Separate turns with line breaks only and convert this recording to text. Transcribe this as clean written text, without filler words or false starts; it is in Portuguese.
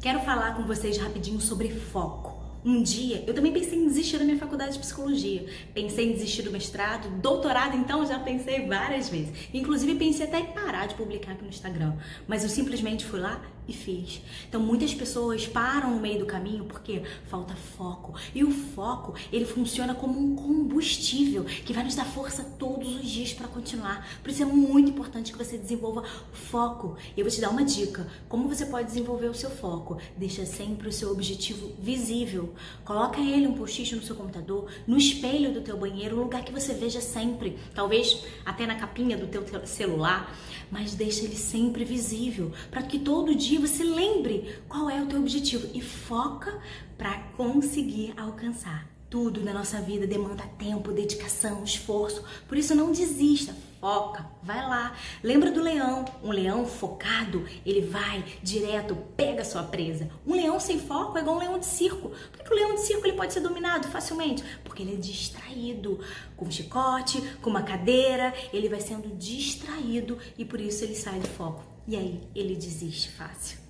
Quero falar com vocês rapidinho sobre foco. Um dia, eu também pensei em desistir da minha faculdade de psicologia. Pensei em desistir do mestrado, doutorado, então já pensei várias vezes. Inclusive pensei até em parar de publicar aqui no Instagram. Mas eu simplesmente fui lá e fiz. Então muitas pessoas param no meio do caminho porque falta foco. E o foco, ele funciona como um combustível que vai nos dar força todos os dias para continuar. Por isso é muito importante que você desenvolva foco. E eu vou te dar uma dica. Como você pode desenvolver o seu foco? Deixa sempre o seu objetivo visível. Coloca ele um post-it no seu computador, no espelho do teu banheiro, um lugar que você veja sempre, talvez até na capinha do teu celular, mas deixa ele sempre visível, para que todo dia você lembre qual é o teu objetivo e foca para conseguir alcançar. Tudo na nossa vida demanda tempo, dedicação, esforço, por isso não desista, foca, vai lá. Lembra do leão? Um leão focado, ele vai direto, pega a sua presa. Um leão sem foco é igual um leão de circo. Por que o leão de circo ele pode ser dominado facilmente? Porque ele é distraído, com um chicote, com uma cadeira, ele vai sendo distraído e por isso ele sai do foco. E aí ele desiste fácil.